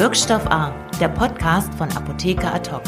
Wirkstoff A, der Podcast von Apotheker Ad-Hoc.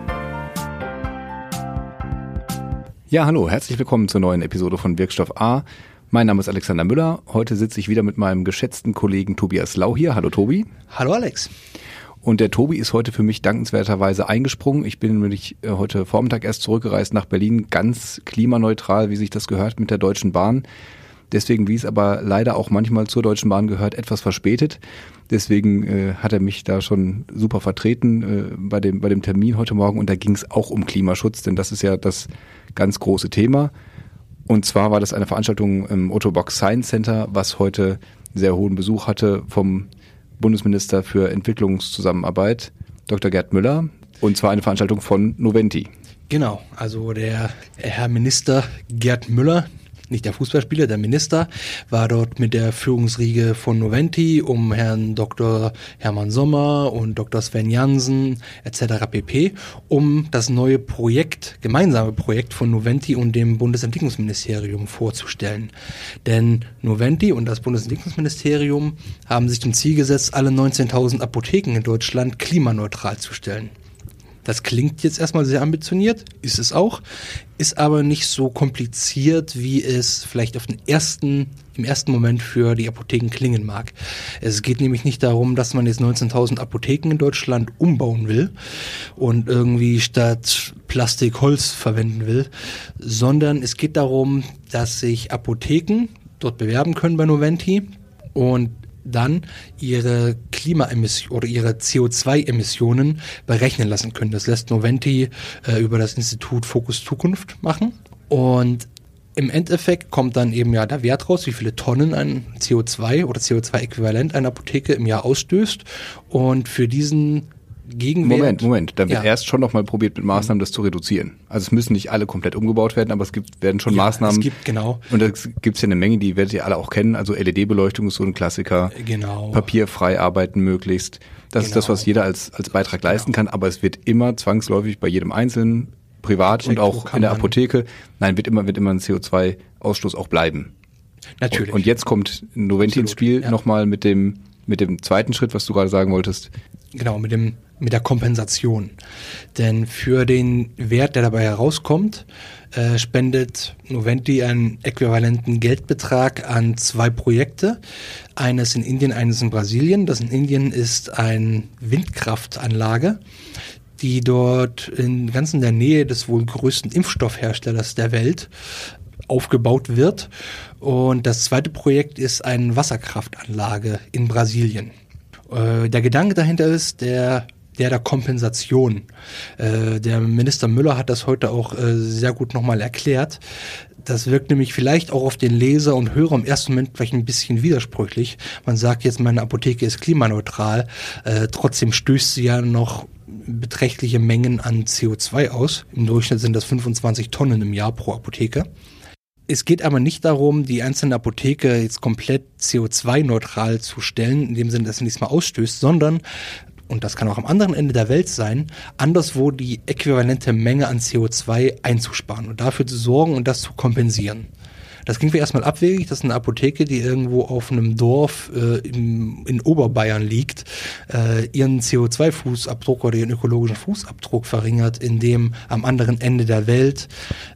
Ja, hallo, herzlich willkommen zur neuen Episode von Wirkstoff A. Mein Name ist Alexander Müller. Heute sitze ich wieder mit meinem geschätzten Kollegen Tobias Lau hier. Hallo Tobi. Hallo Alex. Und der Tobi ist heute für mich dankenswerterweise eingesprungen. Ich bin nämlich heute Vormittag erst zurückgereist nach Berlin, ganz klimaneutral, wie sich das gehört, mit der Deutschen Bahn. Deswegen, wie es aber leider auch manchmal zur Deutschen Bahn gehört, etwas verspätet. Deswegen hat er mich da schon super vertreten bei dem Termin heute Morgen. Und da ging es auch um Klimaschutz, denn das ist ja das ganz große Thema. Und zwar war das eine Veranstaltung im Otto Bock Science Center, was heute sehr hohen Besuch hatte vom Bundesminister für Entwicklungszusammenarbeit, Dr. Gerd Müller. Und zwar eine Veranstaltung von Noventi. Genau, also der Herr Minister Gerd Müller, nicht der Fußballspieler, der Minister, war dort mit der Führungsriege von Noventi um Herrn Dr. Hermann Sommer und Dr. Sven Jansen etc. pp., um das neue Projekt, gemeinsame Projekt von Noventi und dem Bundesentwicklungsministerium vorzustellen. Denn Noventi und das Bundesentwicklungsministerium haben sich zum Ziel gesetzt, alle 19.000 Apotheken in Deutschland klimaneutral zu stellen. Das klingt jetzt erstmal sehr ambitioniert, ist es auch, ist aber nicht so kompliziert, wie es vielleicht im ersten Moment für die Apotheken klingen mag. Es geht nämlich nicht darum, dass man jetzt 19.000 Apotheken in Deutschland umbauen will und irgendwie statt Plastik Holz verwenden will, sondern es geht darum, dass sich Apotheken dort bewerben können bei Noventi und dann ihre Klimaemissionen oder ihre CO2-Emissionen berechnen lassen können. Das lässt Noventi über das Institut Fokus Zukunft machen. Und im Endeffekt kommt dann eben ja der Wert raus, wie viele Tonnen ein CO2 oder CO2-Äquivalent eine Apotheke im Jahr ausstößt. Und für diesen Gegenwert... Moment. Da wird erst schon nochmal probiert, mit Maßnahmen das zu reduzieren. Also es müssen nicht alle komplett umgebaut werden, aber werden schon Maßnahmen. Es gibt, genau. Und da gibt es ja eine Menge, die werdet ihr alle auch kennen. Also LED-Beleuchtung ist so ein Klassiker. Genau. Papierfrei arbeiten möglichst. Das ist das, was jeder als Beitrag leisten kann. Aber es wird immer zwangsläufig bei jedem Einzelnen, privat und auch in der Apotheke, wird immer ein CO2-Ausstoß auch bleiben. Natürlich. Und jetzt kommt Noventi ins Spiel nochmal mit dem zweiten Schritt, was du gerade sagen wolltest. Genau, mit der Kompensation. Denn für den Wert, der dabei herauskommt, spendet Noventi einen äquivalenten Geldbetrag an 2 Projekte. Eines in Indien, eines in Brasilien. Das in Indien ist eine Windkraftanlage, die dort ganz in der Nähe des wohl größten Impfstoffherstellers der Welt aufgebaut wird. Und das zweite Projekt ist eine Wasserkraftanlage in Brasilien. Der Gedanke dahinter ist der Kompensation. Der Minister Müller hat das heute auch sehr gut nochmal erklärt. Das wirkt nämlich vielleicht auch auf den Leser und Hörer im ersten Moment vielleicht ein bisschen widersprüchlich. Man sagt jetzt, meine Apotheke ist klimaneutral. Trotzdem stößt sie ja noch beträchtliche Mengen an CO2 aus. Im Durchschnitt sind das 25 Tonnen im Jahr pro Apotheke. Es geht aber nicht darum, die einzelne Apotheke jetzt komplett CO2-neutral zu stellen, in dem Sinne, dass sie nichts mehr ausstößt, sondern, und das kann auch am anderen Ende der Welt sein, anderswo die äquivalente Menge an CO2 einzusparen und dafür zu sorgen und das zu kompensieren. Das klingt erstmal abwegig, dass eine Apotheke, die irgendwo auf einem Dorf in Oberbayern liegt, ihren CO2-Fußabdruck oder ihren ökologischen Fußabdruck verringert, indem am anderen Ende der Welt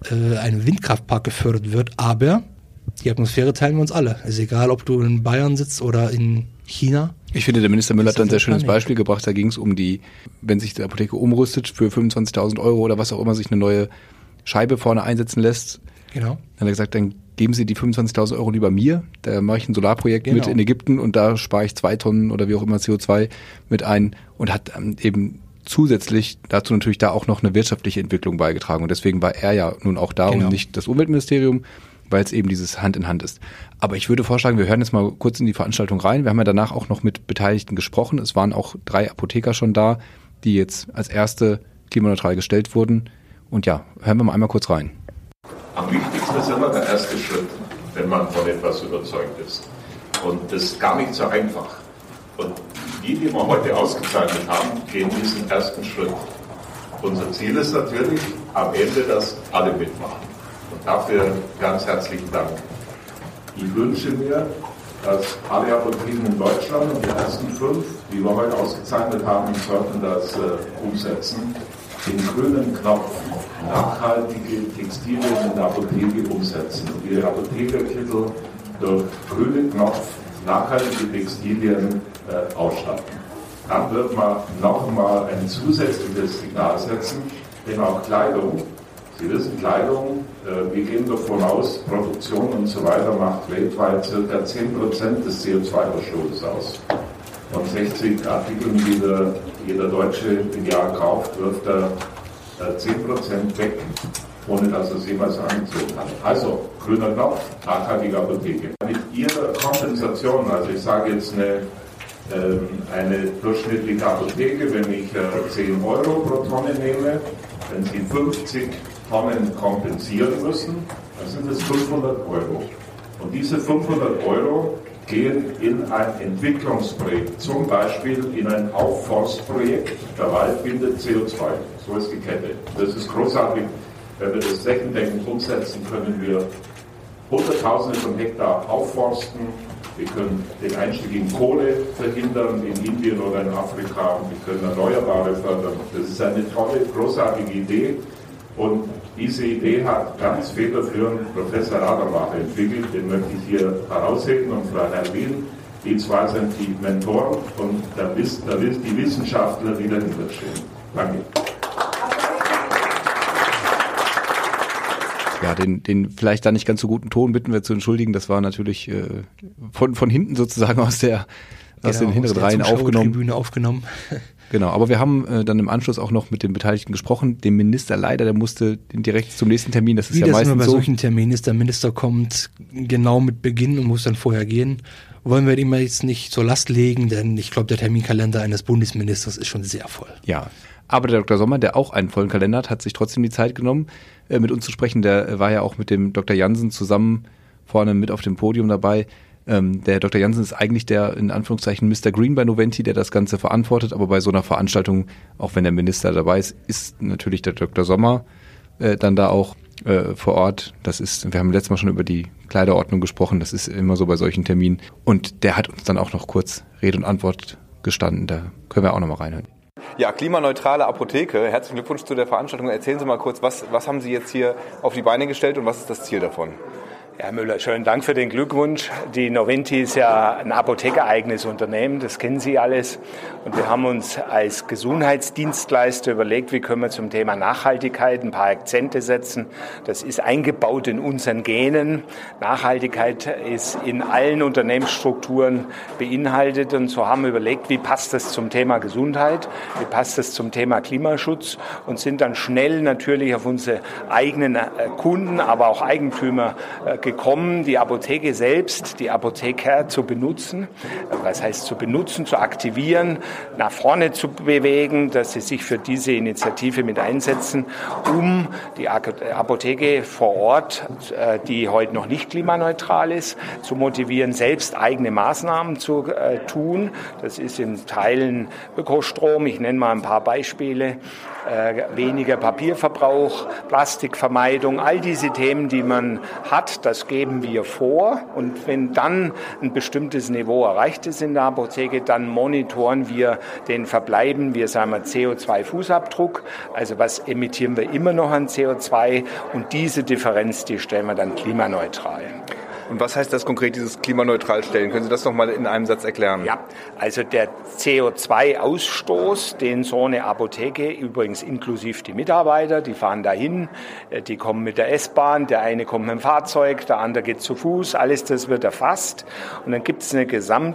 ein Windkraftpark gefördert wird. Aber die Atmosphäre teilen wir uns alle. Ist egal, ob du in Bayern sitzt oder in China. Ich finde, der Minister Müller hat ein sehr schönes Beispiel gebracht. Da ging es um wenn sich die Apotheke umrüstet für 25.000 € oder was auch immer, sich eine neue Scheibe vorne einsetzen lässt. Genau. Dann hat er gesagt, dann geben Sie die 25.000 € lieber mir, da mache ich ein Solarprojekt mit in Ägypten und da spare ich 2 Tonnen oder wie auch immer CO2 mit ein und hat eben zusätzlich dazu natürlich da auch noch eine wirtschaftliche Entwicklung beigetragen und deswegen war er ja nun auch da und nicht das Umweltministerium, weil es eben dieses Hand in Hand ist. Aber ich würde vorschlagen, wir hören jetzt mal kurz in die Veranstaltung rein. Wir haben ja danach auch noch mit Beteiligten gesprochen. Es waren auch 3 Apotheker schon da, die jetzt als erste klimaneutral gestellt wurden. Und ja, hören wir mal einmal kurz rein. Am wichtigsten ist immer der erste Schritt, wenn man von etwas überzeugt ist. Und das ist gar nicht so einfach. Und die wir heute ausgezeichnet haben, gehen diesen ersten Schritt. Unser Ziel ist natürlich am Ende, dass alle mitmachen. Und dafür ganz herzlichen Dank. Ich wünsche mir, dass alle Apotheken in Deutschland und die ersten 5, die wir heute ausgezeichnet haben, sollten das umsetzen. Den grünen Knopf, nachhaltige Textilien in der Apotheke umsetzen und ihre Apothekerkittel durch grünen Knopf, nachhaltige Textilien ausstatten. Dann wird man nochmal ein zusätzliches Signal setzen, denn auch Kleidung, Sie wissen, Kleidung, wir gehen davon aus, Produktion und so weiter macht weltweit ca. 10% des CO2-Ausstoßes aus. Von 60 Artikeln, die jeder Deutsche im Jahr kauft, wirft er 10% weg, ohne dass er es jemals angezogen hat. Also, grüner Knopf, nachhaltige Apotheke. Mit Ihrer Kompensation, also ich sage jetzt eine durchschnittliche Apotheke, wenn ich 10 Euro pro Tonne nehme, wenn Sie 50 Tonnen kompensieren müssen, dann sind es 500 Euro. Und diese 500 Euro gehen in ein Entwicklungsprojekt, zum Beispiel in ein Aufforstprojekt. Der Wald bindet CO2. So ist die Kette. Das ist großartig. Wenn wir das flächendeckend umsetzen, können wir Hunderttausende von Hektar aufforsten. Wir können den Einstieg in Kohle verhindern, in Indien oder in Afrika. Und wir können Erneuerbare fördern. Das ist eine tolle, großartige Idee. Und diese Idee hat ganz federführend Professor Radermacher entwickelt. Den möchte ich hier herausheben und Frau Herwin. Die zwei sind die Mentoren und die Wissenschaftler, die dahinter stehen. Danke. Ja, den vielleicht da nicht ganz so guten Ton bitten wir zu entschuldigen. Das war natürlich von hinten sozusagen aus den hinteren Reihen aufgenommen. Genau, aber wir haben dann im Anschluss auch noch mit den Beteiligten gesprochen. Dem Minister leider, der musste direkt zum nächsten Termin. Das ist ja meistens so. Wie das immer bei solchen Terminen ist, der Minister kommt genau mit Beginn und muss dann vorher gehen. Wollen wir ihm jetzt nicht zur Last legen, denn ich glaube, der Terminkalender eines Bundesministers ist schon sehr voll. Ja, aber der Dr. Sommer, der auch einen vollen Kalender hat sich trotzdem die Zeit genommen, mit uns zu sprechen. Der war ja auch mit dem Dr. Jansen zusammen vorne mit auf dem Podium dabei. Der Dr. Jansen ist eigentlich der, in Anführungszeichen, Mr. Green bei Noventi, der das Ganze verantwortet, aber bei so einer Veranstaltung, auch wenn der Minister dabei ist natürlich der Dr. Sommer dann da auch vor Ort. Wir haben letztes Mal schon über die Kleiderordnung gesprochen, das ist immer so bei solchen Terminen. Und der hat uns dann auch noch kurz Rede und Antwort gestanden, da können wir auch noch mal reinhören. Ja, klimaneutrale Apotheke. Herzlichen Glückwunsch zu der Veranstaltung. Erzählen Sie mal kurz, was haben Sie jetzt hier auf die Beine gestellt und was ist das Ziel davon? Herr Müller, schönen Dank für den Glückwunsch. Die Noventi ist ja ein apothekereigenes Unternehmen, das kennen Sie alles. Und wir haben uns als Gesundheitsdienstleister überlegt, wie können wir zum Thema Nachhaltigkeit ein paar Akzente setzen. Das ist eingebaut in unseren Genen. Nachhaltigkeit ist in allen Unternehmensstrukturen beinhaltet. Und so haben wir überlegt, wie passt das zum Thema Gesundheit, wie passt das zum Thema Klimaschutz und sind dann schnell natürlich auf unsere eigenen Kunden, aber auch Eigentümer gekommen, die Apotheke selbst, die Apotheker zu benutzen. Was heißt zu benutzen, zu aktivieren, nach vorne zu bewegen, dass sie sich für diese Initiative mit einsetzen, um die Apotheke vor Ort, die heute noch nicht klimaneutral ist, zu motivieren, selbst eigene Maßnahmen zu tun. Das ist in Teilen Ökostrom. Ich nenne mal ein paar Beispiele. Weniger Papierverbrauch, Plastikvermeidung, all diese Themen, die man hat, das geben wir vor. Und wenn dann ein bestimmtes Niveau erreicht ist in der Apotheke, dann monitoren wir den verbleiben, wir sagen mal CO2-Fußabdruck, also was emittieren wir immer noch an CO2 und diese Differenz, die stellen wir dann klimaneutral. Und was heißt das konkret, dieses klimaneutral stellen? Können Sie das noch mal in einem Satz erklären? Ja, also der CO2-Ausstoß, den so eine Apotheke, übrigens inklusive die Mitarbeiter, die fahren dahin, die kommen mit der S-Bahn, der eine kommt mit dem Fahrzeug, der andere geht zu Fuß, alles das wird erfasst. Und dann gibt es eine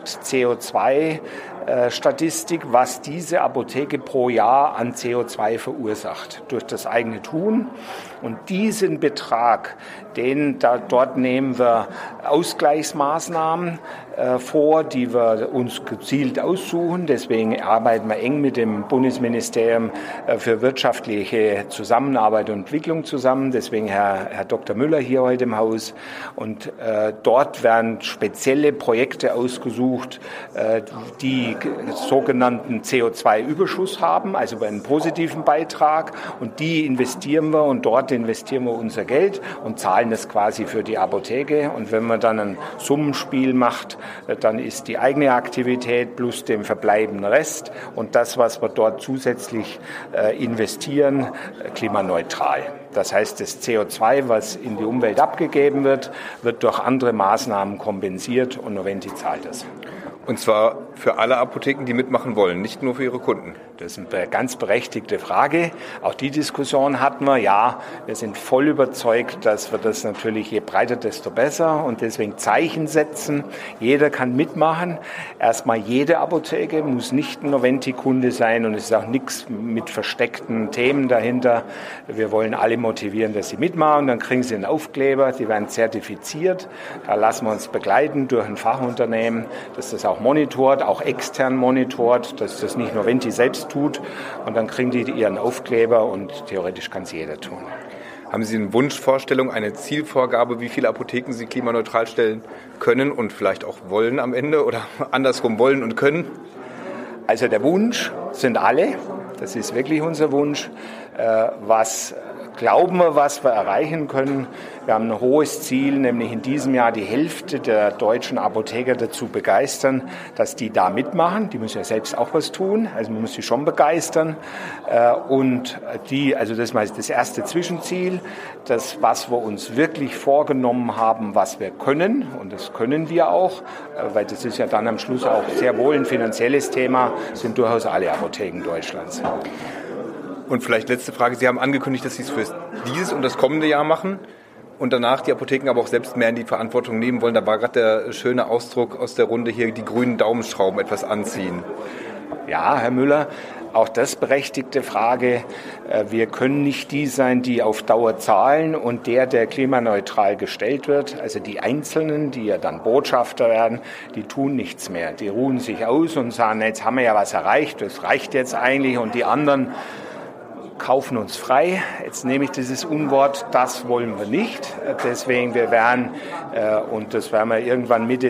Gesamt-CO2-Statistik, was diese Apotheke pro Jahr an CO2 verursacht durch das eigene Tun. Und diesen Betrag, dort nehmen wir Ausgleichsmaßnahmen vor, die wir uns gezielt aussuchen. Deswegen arbeiten wir eng mit dem Bundesministerium für wirtschaftliche Zusammenarbeit und Entwicklung zusammen. Deswegen Herr Dr. Müller hier heute im Haus. Und dort werden spezielle Projekte ausgesucht, die sogenannten CO2-Überschuss haben, also einen positiven Beitrag. Und die investieren wir und dort investieren wir unser Geld und zahlen das quasi für die Apotheke. Und wenn man dann ein Summenspiel macht, dann ist die eigene Aktivität plus dem verbleibenden Rest und das, was wir dort zusätzlich investieren, klimaneutral. Das heißt, das CO2, was in die Umwelt abgegeben wird, wird durch andere Maßnahmen kompensiert und Noventi zahlt das. Und zwar für alle Apotheken, die mitmachen wollen, nicht nur für ihre Kunden. Das ist eine ganz berechtigte Frage. Auch die Diskussion hatten wir. Ja, wir sind voll überzeugt, dass wir das natürlich, je breiter, desto besser und deswegen Zeichen setzen. Jeder kann mitmachen. Erstmal jede Apotheke muss nicht ein Noventi-Kunde sein und es ist auch nichts mit versteckten Themen dahinter. Wir wollen alle motivieren, dass sie mitmachen. Dann kriegen sie einen Aufkleber, die werden zertifiziert. Da lassen wir uns begleiten durch ein Fachunternehmen, das das auch monitort, auch extern monitort, dass das nicht Noventi selbst tut. Und dann kriegen die ihren Aufkleber und theoretisch kann es jeder tun. Haben Sie eine Wunschvorstellung, eine Zielvorgabe, wie viele Apotheken Sie klimaneutral stellen können und vielleicht auch wollen am Ende oder andersrum wollen und können? Also der Wunsch sind alle. Das ist wirklich unser Wunsch. Was glauben wir, was wir erreichen können? Wir haben ein hohes Ziel, nämlich in diesem Jahr die Hälfte der deutschen Apotheker dazu begeistern, dass die da mitmachen. Die müssen ja selbst auch was tun, also man muss sie schon begeistern. Und also das ist das erste Zwischenziel, das, was wir uns wirklich vorgenommen haben, was wir können, und das können wir auch, weil das ist ja dann am Schluss auch sehr wohl ein finanzielles Thema, sind durchaus alle Apotheken Deutschlands. Und vielleicht letzte Frage, Sie haben angekündigt, dass Sie es für dieses und das kommende Jahr machen und danach die Apotheken aber auch selbst mehr in die Verantwortung nehmen wollen. Da war gerade der schöne Ausdruck aus der Runde hier, die grünen Daumenschrauben etwas anziehen. Ja, Herr Müller, auch das berechtigte Frage. Wir können nicht die sein, die auf Dauer zahlen und der klimaneutral gestellt wird. Also die Einzelnen, die ja dann Botschafter werden, die tun nichts mehr. Die ruhen sich aus und sagen, jetzt haben wir ja was erreicht, das reicht jetzt eigentlich, und die anderen kaufen uns frei. Jetzt nehme ich dieses Unwort, das wollen wir nicht. Deswegen, wir werden, und das werden wir irgendwann Mitte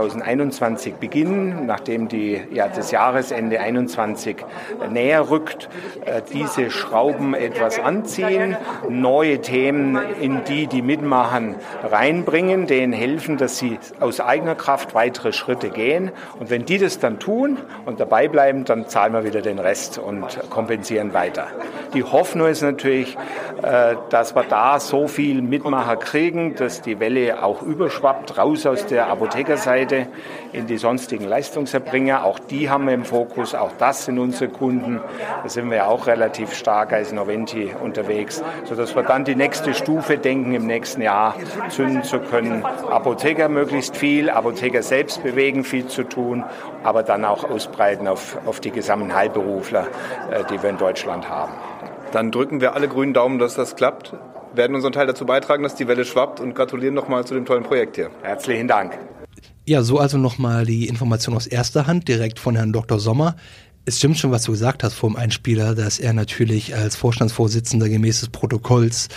2021 beginnen, nachdem das Jahresende 21 näher rückt, diese Schrauben etwas anziehen, neue Themen in die mitmachen, reinbringen, denen helfen, dass sie aus eigener Kraft weitere Schritte gehen. Und wenn die das dann tun und dabei bleiben, dann zahlen wir wieder den Rest und kompensieren weiter. Die Hoffnung ist natürlich, dass wir da so viel Mitmacher kriegen, dass die Welle auch überschwappt, raus aus der Apothekerseite in die sonstigen Leistungserbringer. Auch die haben wir im Fokus, auch das sind unsere Kunden. Da sind wir ja auch relativ stark als Noventi unterwegs, sodass wir dann die nächste Stufe denken, im nächsten Jahr zünden zu können. Apotheker möglichst viel, Apotheker selbst bewegen, viel zu tun, aber dann auch ausbreiten auf die gesamten Heilberufler, die wir in Deutschland haben. Dann drücken wir alle grünen Daumen, dass das klappt, werden unseren Teil dazu beitragen, dass die Welle schwappt und gratulieren nochmal zu dem tollen Projekt hier. Herzlichen Dank. Ja, so also nochmal die Information aus erster Hand, direkt von Herrn Dr. Sommer. Es stimmt schon, was du gesagt hast vor dem Einspieler, dass er natürlich als Vorstandsvorsitzender gemäß des Protokolls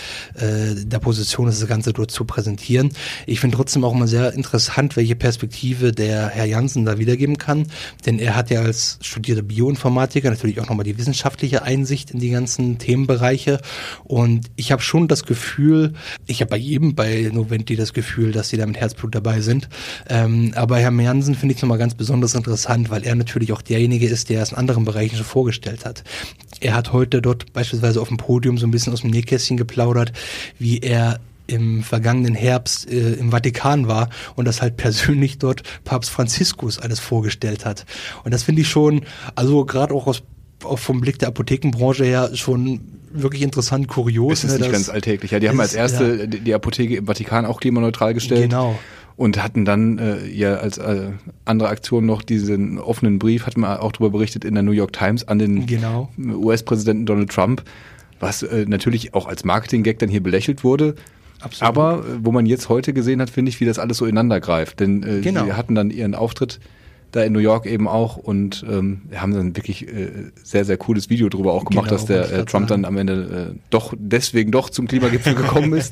der Position ist, das Ganze dort zu präsentieren. Ich finde trotzdem auch immer sehr interessant, welche Perspektive der Herr Jansen da wiedergeben kann, denn er hat ja als studierter Bioinformatiker natürlich auch nochmal die wissenschaftliche Einsicht in die ganzen Themenbereiche, und ich habe schon das Gefühl, ich habe bei Noventi das Gefühl, dass sie da mit Herzblut dabei sind, aber Herrn Jansen finde ich nochmal ganz besonders interessant, weil er natürlich auch derjenige ist, der es anderen Bereichen schon vorgestellt hat. Er hat heute dort beispielsweise auf dem Podium so ein bisschen aus dem Nähkästchen geplaudert, wie er im vergangenen Herbst im Vatikan war und das halt persönlich dort Papst Franziskus alles vorgestellt hat. Und das finde ich schon, also gerade auch vom Blick der Apothekenbranche her, schon wirklich interessant, kurios. Es ist nicht ganz alltäglich. Ja, die haben als erste die Apotheke im Vatikan auch klimaneutral gestellt. Genau. Und hatten dann als andere Aktion noch diesen offenen Brief, hatten wir auch darüber berichtet, in der New York Times an den US-Präsidenten Donald Trump, was natürlich auch als Marketing-Gag dann hier belächelt wurde. Absolut. Aber wo man jetzt heute gesehen hat, finde ich, wie das alles so ineinander greift. Denn sie hatten dann ihren Auftritt da in New York eben auch und haben dann wirklich sehr, sehr cooles Video drüber auch gemacht, dass der Trump dann am Ende deswegen zum Klimagipfel gekommen ist.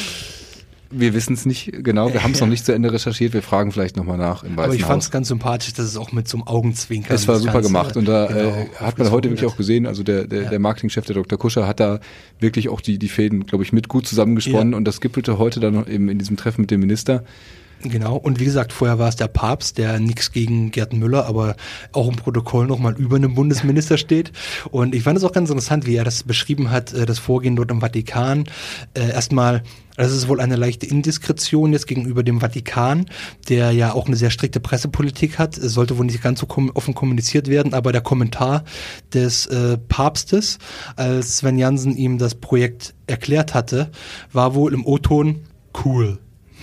Wir wissen es nicht genau, wir haben es noch nicht zu Ende recherchiert, wir fragen vielleicht nochmal nach im Weißen Haus. Aber ich fand es ganz sympathisch, dass es auch mit so einem Augenzwinkern. Es war super gemacht und da hat man heute wirklich auch gesehen, also der Marketingchef, der Dr. Kuscher, hat da wirklich auch die Fäden, glaube ich, mit gut zusammengesponnen und das gipfelte heute dann eben in diesem Treffen mit dem Minister. Genau, und wie gesagt, vorher war es der Papst, der nichts gegen Gerd Müller, aber auch im Protokoll nochmal über einem Bundesminister steht. Und ich fand es auch ganz interessant, wie er das beschrieben hat, das Vorgehen dort im Vatikan. Erstmal, das ist wohl eine leichte Indiskretion jetzt gegenüber dem Vatikan, der ja auch eine sehr strikte Pressepolitik hat. Es sollte wohl nicht ganz so offen kommuniziert werden, aber der Kommentar des Papstes, als Sven Jansen ihm das Projekt erklärt hatte, war wohl im O-Ton cool.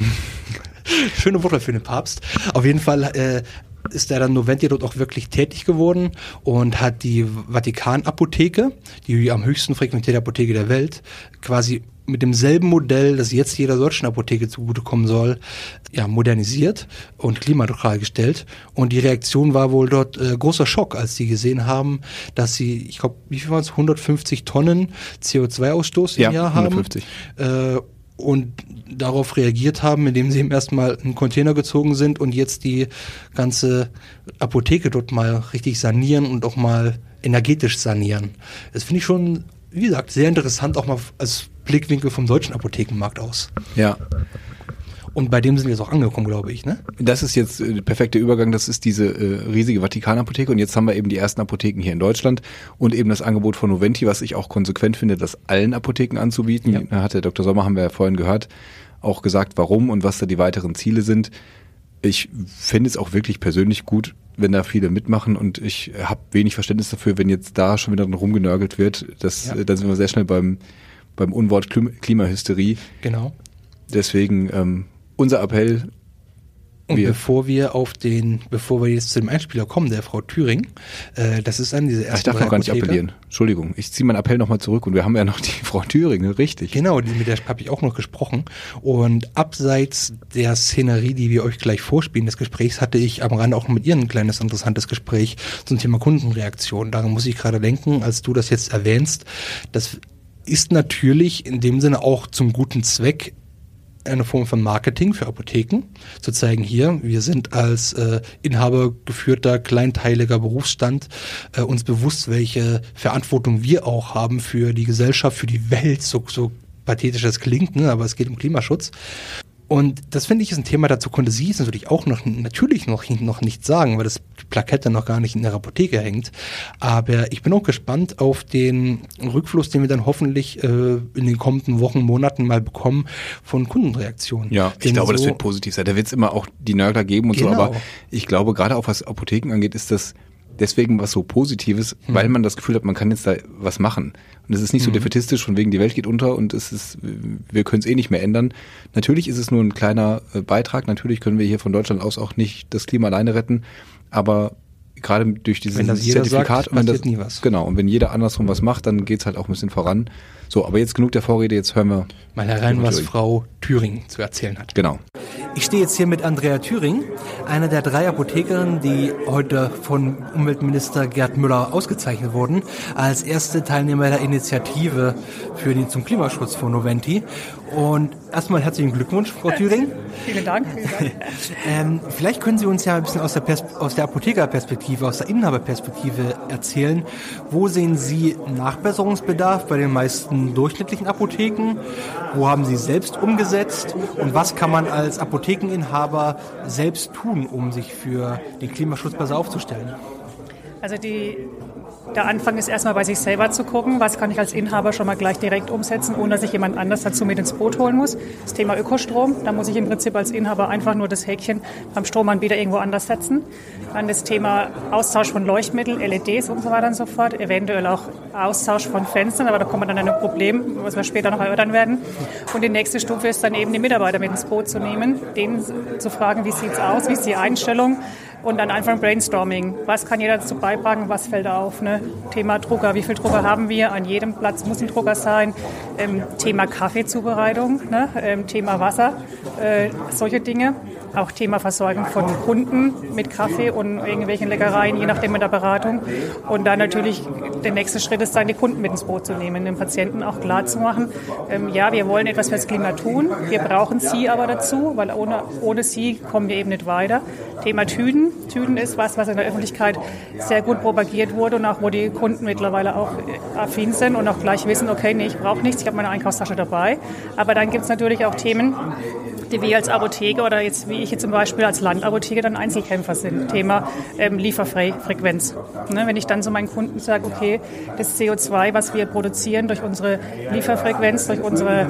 Schöne Worte für den Papst. Auf jeden Fall ist er dann Noventi dort auch wirklich tätig geworden und hat die Vatikan-Apotheke, die am höchsten frequentierte Apotheke der Welt, quasi mit demselben Modell, das jetzt jeder deutschen Apotheke zugutekommen soll, ja, modernisiert und klimaneutral gestellt. Und die Reaktion war wohl dort großer Schock, als sie gesehen haben, dass sie, ich glaube, wie viel waren es, 150 Tonnen CO2-Ausstoß im Jahr haben. 150. Und darauf reagiert haben, indem sie ihm erstmal einen Container gezogen sind und jetzt die ganze Apotheke dort mal richtig sanieren und auch mal energetisch sanieren. Das finde ich schon, wie gesagt, sehr interessant, auch mal als Blickwinkel vom deutschen Apothekenmarkt aus. Ja. Und bei dem sind wir jetzt auch angekommen, glaube ich, ne? Das ist jetzt der perfekte Übergang. Das ist diese riesige Vatikanapotheke. Und jetzt haben wir eben die ersten Apotheken hier in Deutschland und eben das Angebot von Noventi, was ich auch konsequent finde, das allen Apotheken anzubieten. Ja. Da hat der Dr. Sommer, haben wir ja vorhin gehört, auch gesagt, warum und was da die weiteren Ziele sind. Ich finde es auch wirklich persönlich gut, wenn da viele mitmachen. Und ich habe wenig Verständnis dafür, wenn jetzt da schon wieder rumgenörgelt wird. Dann sind wir sehr schnell beim Unwort Klimahysterie. Genau. Deswegen unser Appell. Und bevor wir jetzt zu dem Einspieler kommen, der Frau Thüring, das ist dann diese erste. Ich darf noch gar nicht appellieren. Entschuldigung, ich ziehe meinen Appell nochmal zurück und wir haben ja noch die Frau Thüring, richtig. Genau, mit der habe ich auch noch gesprochen. Und abseits der Szenerie, die wir euch gleich vorspielen, des Gesprächs, hatte ich am Rande auch mit ihr ein kleines interessantes Gespräch zum Thema Kundenreaktion. Daran muss ich gerade denken, als du das jetzt erwähnst. Das ist natürlich in dem Sinne auch zum guten Zweck eine Form von Marketing für Apotheken, zu zeigen, hier, wir sind als inhabergeführter, kleinteiliger Berufsstand uns bewusst, welche Verantwortung wir auch haben für die Gesellschaft, für die Welt, so pathetisch das klingt, ne, aber es geht um Klimaschutz. Und das finde ich ist ein Thema, dazu konnte sie es natürlich auch noch nicht sagen, weil das Plakette noch gar nicht in der Apotheke hängt. Aber ich bin auch gespannt auf den Rückfluss, den wir dann hoffentlich in den kommenden Wochen, Monaten mal bekommen von Kundenreaktionen. Ja, ich glaube, das wird positiv sein. Da wird es immer auch die Nörgler geben und so, aber ich glaube, gerade auch was Apotheken angeht, ist das deswegen was so Positives, weil man das Gefühl hat, man kann jetzt da was machen. Und es ist nicht so defätistisch, von wegen die Welt geht unter und wir können es eh nicht mehr ändern. Natürlich ist es nur ein kleiner Beitrag, natürlich können wir hier von Deutschland aus auch nicht das Klima alleine retten, aber gerade durch dieses Zertifikat, passiert nie was. Genau, und wenn jeder andersrum was macht, dann geht's halt auch ein bisschen voran. So, aber jetzt genug der Vorrede, jetzt hören wir mal herein, was Frau Thüring zu erzählen hat. Genau. Ich stehe jetzt hier mit Andrea Thüring, einer der 3 Apothekerinnen, die heute von Umweltminister Gerd Müller ausgezeichnet wurden, als erste Teilnehmer der Initiative zum Klimaschutz von Noventi. Und erstmal herzlichen Glückwunsch, Frau Thüring. Vielen Dank. Vielleicht können Sie uns ja ein bisschen aus der Apothekerperspektive, aus der Inhaberperspektive erzählen. Wo sehen Sie Nachbesserungsbedarf bei den meisten durchschnittlichen Apotheken? Wo haben Sie selbst umgesetzt? Und was kann man als Apothekeninhaber selbst tun, um sich für den Klimaschutz besser aufzustellen? Also der Anfang ist erstmal bei sich selber zu gucken, was kann ich als Inhaber schon mal gleich direkt umsetzen, ohne dass ich jemand anders dazu mit ins Boot holen muss. Das Thema Ökostrom, da muss ich im Prinzip als Inhaber einfach nur das Häkchen beim Stromanbieter irgendwo anders setzen. Dann das Thema Austausch von Leuchtmitteln, LEDs und so weiter und so fort, eventuell auch Austausch von Fenstern, aber da kommt man dann an ein Problem, was wir später noch erörtern werden. Und die nächste Stufe ist dann eben die Mitarbeiter mit ins Boot zu nehmen, denen zu fragen, wie sieht's aus, wie ist die Einstellung. Und dann einfach ein Brainstorming. Was kann jeder dazu beitragen? Was fällt auf? Ne? Thema Drucker. Wie viele Drucker haben wir? An jedem Platz muss ein Drucker sein. Thema Kaffeezubereitung. Ne? Thema Wasser. Solche Dinge. Auch Thema Versorgung von Kunden mit Kaffee und irgendwelchen Leckereien, je nachdem mit der Beratung. Und dann natürlich der nächste Schritt ist dann, die Kunden mit ins Boot zu nehmen, den Patienten auch klar zu machen, ja, wir wollen etwas fürs Klima tun, wir brauchen Sie aber dazu, weil ohne Sie kommen wir eben nicht weiter. Thema Tüten. Tüten ist was in der Öffentlichkeit sehr gut propagiert wurde und auch wo die Kunden mittlerweile auch affin sind und auch gleich wissen, okay, nee, ich brauche nichts, ich habe meine Einkaufstasche dabei. Aber dann gibt es natürlich auch Themen, die wir als Apotheker oder jetzt wie ich jetzt zum Beispiel als Landapotheker dann Einzelkämpfer sind. Thema Lieferfrequenz. Ne, wenn ich dann so meinen Kunden sage, okay, das CO2, was wir produzieren durch unsere Lieferfrequenz, durch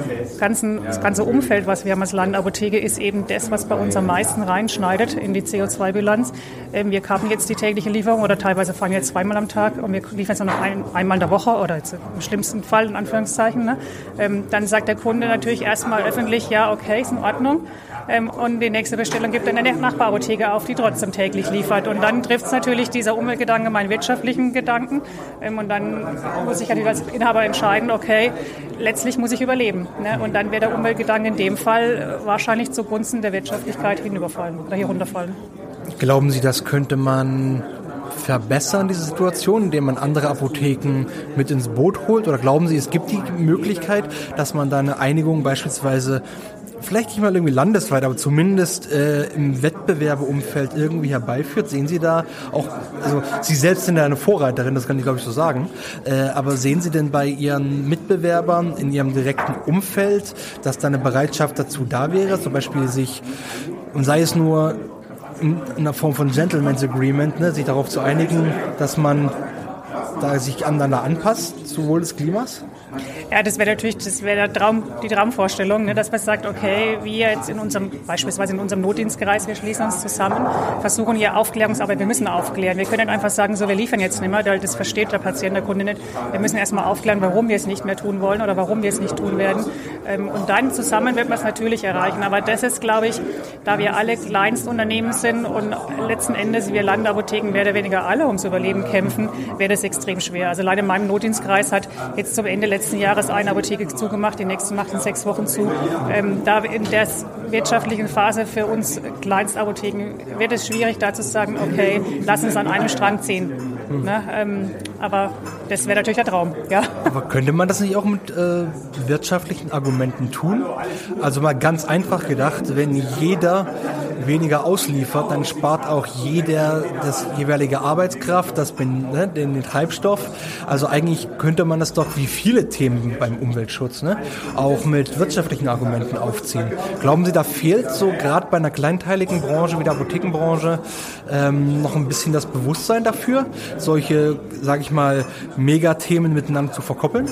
das ganze Umfeld, was wir haben als Landapotheke, ist eben das, was bei uns am meisten reinschneidet in die CO2-Bilanz. Wir kappen jetzt die tägliche Lieferung oder teilweise fahren wir jetzt zweimal am Tag und wir liefern es noch einmal in der Woche oder jetzt im schlimmsten Fall in Anführungszeichen. Ne? Dann sagt der Kunde natürlich erstmal öffentlich, ja, okay, ist in Ordnung. Und die nächste Bestellung gibt dann eine Nachbarapotheke auf, die trotzdem täglich liefert. Und dann trifft es natürlich dieser Umweltgedanke meinen wirtschaftlichen Gedanken. Und dann muss ich natürlich als Inhaber entscheiden, okay, letztlich muss ich überleben. Ne? Und dann wird der Umweltgedanke in dem Fall wahrscheinlich zugunsten der Wirtschaftlichkeit hinüberfallen oder hier runterfallen. Glauben Sie, das könnte man verbessern, diese Situation, indem man andere Apotheken mit ins Boot holt? Oder glauben Sie, es gibt die Möglichkeit, dass man da eine Einigung beispielsweise, vielleicht nicht mal irgendwie landesweit, aber zumindest im Wettbewerbeumfeld irgendwie herbeiführt? Sehen Sie da auch, also Sie selbst sind ja eine Vorreiterin, das kann ich glaube ich so sagen, aber sehen Sie denn bei Ihren Mitbewerbern in Ihrem direkten Umfeld, dass da eine Bereitschaft dazu da wäre, zum Beispiel sich, und sei es nur in einer Form von Gentleman's Agreement, ne, sich darauf zu einigen, dass man da sich aneinander anpasst, zum Wohl des Klimas? Ja, das wäre natürlich die Traumvorstellung, ne, dass man sagt, okay, wir jetzt beispielsweise in unserem Notdienstkreis, wir schließen uns zusammen, versuchen hier Aufklärungsarbeit, wir müssen aufklären. Wir können nicht einfach sagen, so, wir liefern jetzt nicht mehr, weil das versteht der Patient, der Kunde nicht. Wir müssen erstmal aufklären, warum wir es nicht mehr tun wollen oder warum wir es nicht tun werden. Und dann zusammen wird man es natürlich erreichen. Aber das ist, glaube ich, da wir alle Kleinstunternehmen sind und letzten Endes wir Landapotheken mehr oder weniger alle ums Überleben kämpfen, wäre das extrem schwer. Also allein in meinem Notdienstkreis hat jetzt zum Ende letzten Jahres eine Apotheke zugemacht, die nächste macht in 6 Wochen zu. Da in der wirtschaftlichen Phase für uns Kleinstapotheken wird es schwierig, da zu sagen, okay, lass uns an einem Strang ziehen. Ne? Aber das wäre natürlich der Traum. Ja. Aber könnte man das nicht auch mit wirtschaftlichen Argumenten tun? Also mal ganz einfach gedacht, wenn jeder weniger ausliefert, dann spart auch jeder das jeweilige Arbeitskraft, den Treibstoff. Also eigentlich könnte man das doch wie viele Themen beim Umweltschutz, ne, auch mit wirtschaftlichen Argumenten aufziehen. Glauben Sie, da fehlt so gerade bei einer kleinteiligen Branche wie der Apothekenbranche noch ein bisschen das Bewusstsein dafür, solche, sage ich mal, Megathemen miteinander zu verkoppeln?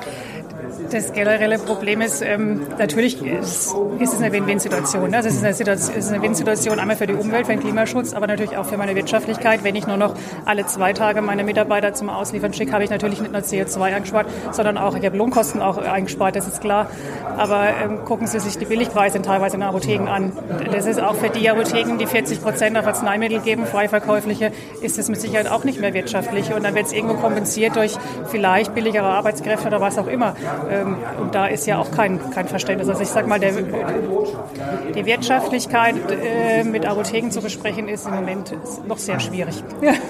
Das generelle Problem ist, natürlich ist es eine Win-Win-Situation. Also es ist eine Win-Situation einmal für die Umwelt, für den Klimaschutz, aber natürlich auch für meine Wirtschaftlichkeit. Wenn ich nur noch alle 2 Tage meine Mitarbeiter zum Ausliefern schicke, habe ich natürlich nicht nur CO2 eingespart, sondern auch, ich habe Lohnkosten auch eingespart, das ist klar. Aber gucken Sie sich die Billigpreise teilweise in den Apotheken an. Das ist auch für die Apotheken, die 40% auf Arzneimittel geben, freiverkäufliche, ist es mit Sicherheit auch nicht mehr wirtschaftlich. Und dann wird es irgendwo kompensiert durch vielleicht billigere Arbeitskräfte oder was auch immer. Und da ist ja auch kein Verständnis. Also ich sage mal, die Wirtschaftlichkeit mit Apotheken zu besprechen, ist im Moment noch sehr schwierig.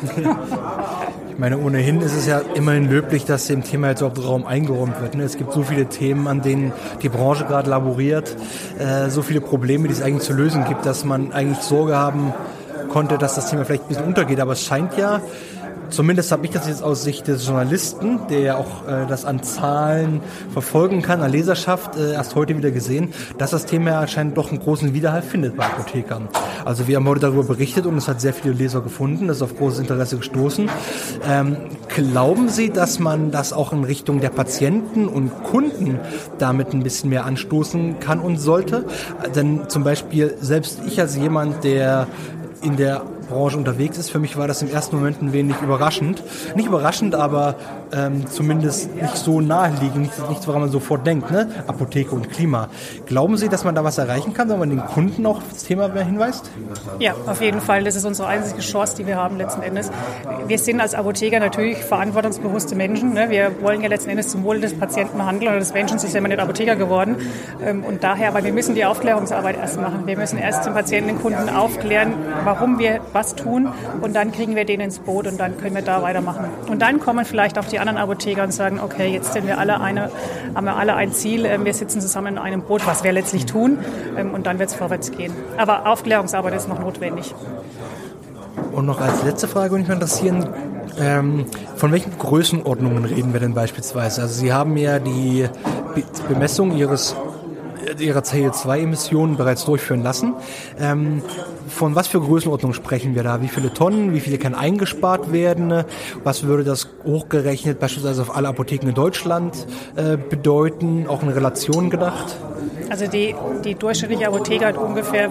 Ich meine, ohnehin ist es ja immerhin löblich, dass dem Thema jetzt auf den Raum eingeräumt wird. Es gibt so viele Themen, an denen die Branche gerade laboriert, so viele Probleme, die es eigentlich zu lösen gibt, dass man eigentlich Sorge haben konnte, dass das Thema vielleicht ein bisschen untergeht. Aber es scheint ja, zumindest habe ich das jetzt aus Sicht des Journalisten, der ja auch das an Zahlen verfolgen kann, an Leserschaft, erst heute wieder gesehen, dass das Thema ja anscheinend doch einen großen Widerhall findet bei Apothekern. Also wir haben heute darüber berichtet und es hat sehr viele Leser gefunden, das ist auf großes Interesse gestoßen. Glauben Sie, dass man das auch in Richtung der Patienten und Kunden damit ein bisschen mehr anstoßen kann und sollte? Denn zum Beispiel selbst ich als jemand, der in der Branche unterwegs ist. Für mich war das im ersten Moment ein wenig überraschend. Nicht überraschend, aber zumindest nicht so naheliegend, nichts, woran man sofort denkt, ne? Apotheke und Klima. Glauben Sie, dass man da was erreichen kann, wenn man den Kunden auch das Thema mehr hinweist? Ja, auf jeden Fall. Das ist unsere einzige Chance, die wir haben letzten Endes. Wir sind als Apotheker natürlich verantwortungsbewusste Menschen. Ne? Wir wollen ja letzten Endes zum Wohle des Patienten handeln oder des Menschen, sonst sind wir nicht Apotheker geworden. Und daher, aber wir müssen die Aufklärungsarbeit erst machen. Wir müssen erst den Patienten, den Kunden aufklären, warum wir was tun, und dann kriegen wir den ins Boot und dann können wir da weitermachen. Und dann kommen vielleicht auch die anderen Apotheker und sagen, okay, jetzt sind wir alle haben wir alle ein Ziel, wir sitzen zusammen in einem Boot, was wir letztlich tun, und dann wird es vorwärts gehen. Aber Aufklärungsarbeit ist noch notwendig. Und noch als letzte Frage würde mich interessieren, von welchen Größenordnungen reden wir denn beispielsweise? Also Sie haben ja die Bemessung Ihres ihrer CO2-Emissionen bereits durchführen lassen. Von was für Größenordnung sprechen wir da? Wie viele Tonnen? Wie viele kann eingespart werden? Was würde das hochgerechnet beispielsweise auf alle Apotheken in Deutschland bedeuten? Auch in Relationen gedacht? Also die durchschnittliche Apotheke hat ungefähr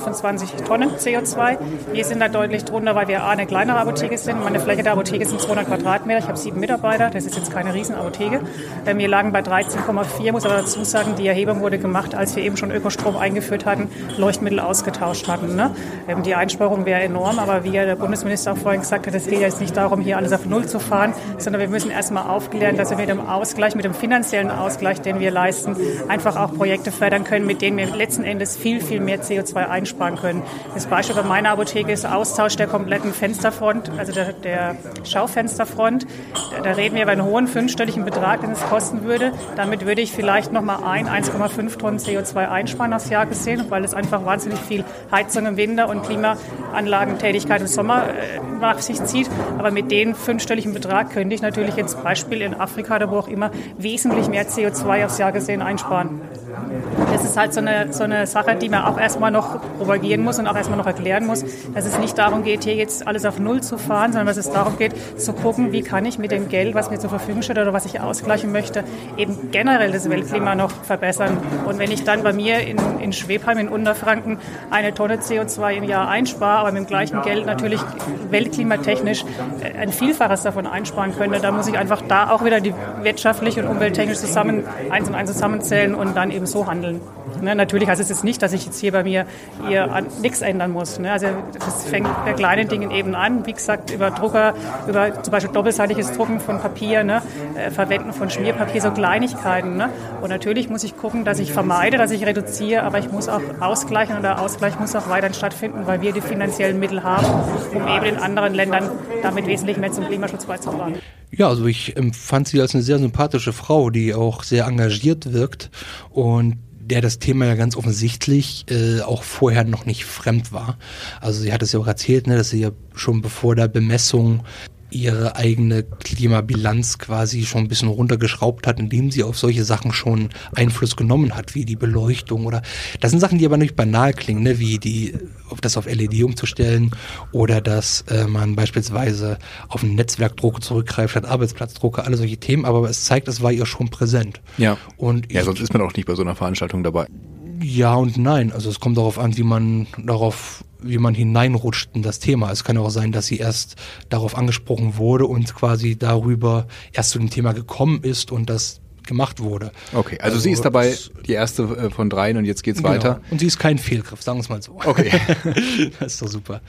25 Tonnen CO2. Wir sind da deutlich drunter, weil wir eine kleinere Apotheke sind. Meine Fläche der Apotheke sind 200 Quadratmeter. Ich habe 7 Mitarbeiter. Das ist jetzt keine Riesenapotheke. Wir lagen bei 13,4. Muss aber dazu sagen, die Erhebung wurde gemacht, als wir eben schon Ökostrom eingeführt hatten, Leuchtmittel ausgetauscht hatten. Ne? Die Einsparung wäre enorm, aber wie der Bundesminister auch vorhin gesagt hat, es geht ja jetzt nicht darum, hier alles auf Null zu fahren, sondern wir müssen erstmal aufklären, dass wir mit dem Ausgleich, mit dem finanziellen Ausgleich, den wir leisten, einfach auch Projekte fördern können, mit denen wir letzten Endes viel, viel mehr CO2 einsparen können. Das Beispiel bei meiner Apotheke ist Austausch der kompletten Fensterfront, also der Schaufensterfront. Da reden wir über einen hohen fünfstelligen Betrag, den es kosten würde. Damit würde ich vielleicht nochmal 1,5 Tonnen CO2 einsparen aufs Jahr gesehen, weil es einfach wahnsinnig viel Heizung im Winter und Klimaanlagentätigkeit im Sommer nach sich zieht. Aber mit dem fünfstelligen Betrag könnte ich natürlich jetzt Beispiel in Afrika oder wo auch immer wesentlich mehr CO2 aufs Jahr gesehen einsparen. Das ist halt so eine Sache, die man auch erstmal noch propagieren muss und auch erstmal noch erklären muss, dass es nicht darum geht, hier jetzt alles auf Null zu fahren, sondern dass es darum geht, zu gucken, wie kann ich mit dem Geld, was mir zur Verfügung steht oder was ich ausgleichen möchte, eben generell das Weltklima noch verbessern. Und wenn ich dann bei mir in Schwebheim in Unterfranken 1 Tonne CO2 im Jahr einspare, aber mit dem gleichen Geld natürlich weltklimatechnisch ein Vielfaches davon einsparen könnte, dann muss ich einfach da auch wieder die wirtschaftlich und umwelttechnisch eins und eins zusammenzählen und dann eben so handeln. Ne, natürlich heißt es jetzt nicht, dass ich jetzt hier bei mir nichts ändern muss. Ne? Also das fängt bei kleinen Dingen eben an. Wie gesagt, über Drucker, über zum Beispiel doppelseitiges Drucken von Papier, ne? Verwenden von Schmierpapier, so Kleinigkeiten. Ne? Und natürlich muss ich gucken, dass ich vermeide, dass ich reduziere, aber ich muss auch ausgleichen und der Ausgleich muss auch weiterhin stattfinden, weil wir die finanziellen Mittel haben, um eben in anderen Ländern damit wesentlich mehr zum Klimaschutz beizutragen. Ja, also ich empfand sie als eine sehr sympathische Frau, die auch sehr engagiert wirkt und der das Thema ja ganz offensichtlich auch vorher noch nicht fremd war. Also sie hat es ja auch erzählt, ne, dass sie ja schon bevor der Bemessung ihre eigene Klimabilanz quasi schon ein bisschen runtergeschraubt hat, indem sie auf solche Sachen schon Einfluss genommen hat, wie die Beleuchtung oder, das sind Sachen, die aber nicht banal klingen, ne, wie das auf LED umzustellen oder dass man beispielsweise auf einen Netzwerkdruck zurückgreift, statt Arbeitsplatzdrucker, alle solche Themen, aber es zeigt, es war ihr schon präsent. Ja. Und ja, sonst ist man auch nicht bei so einer Veranstaltung dabei. Ja und nein, also es kommt darauf an, wie man hineinrutscht in das Thema. Es kann auch sein, dass sie erst darauf angesprochen wurde und quasi darüber erst zu dem Thema gekommen ist und das gemacht wurde. Okay, also sie ist dabei die erste von 3 und jetzt geht's weiter. Und sie ist kein Fehlgriff, sagen wir es mal so. Okay. Das ist doch super.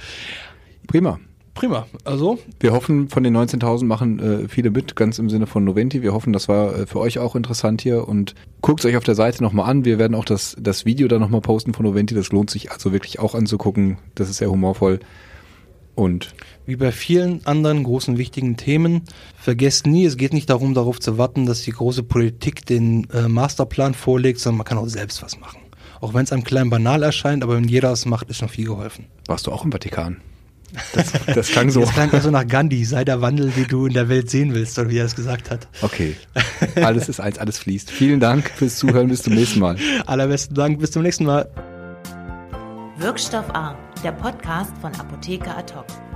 Prima. Also wir hoffen, von den 19.000 machen viele mit, ganz im Sinne von Noventi. Wir hoffen, das war für euch auch interessant hier und guckt es euch auf der Seite nochmal an. Wir werden auch das Video dann nochmal posten von Noventi. Das lohnt sich also wirklich auch anzugucken. Das ist sehr humorvoll. Und wie bei vielen anderen großen, wichtigen Themen, vergesst nie, es geht nicht darum, darauf zu warten, dass die große Politik den Masterplan vorlegt, sondern man kann auch selbst was machen. Auch wenn es einem klein banal erscheint, aber wenn jeder es macht, ist schon viel geholfen. Warst du auch im Vatikan? Das klang so. Das klang also nach Gandhi, sei der Wandel, den du in der Welt sehen willst, oder wie er das gesagt hat. Okay, alles ist eins, alles fließt. Vielen Dank fürs Zuhören, bis zum nächsten Mal. Allerbesten Dank, bis zum nächsten Mal. Wirkstoff A, der Podcast von Apotheker Ad hoc.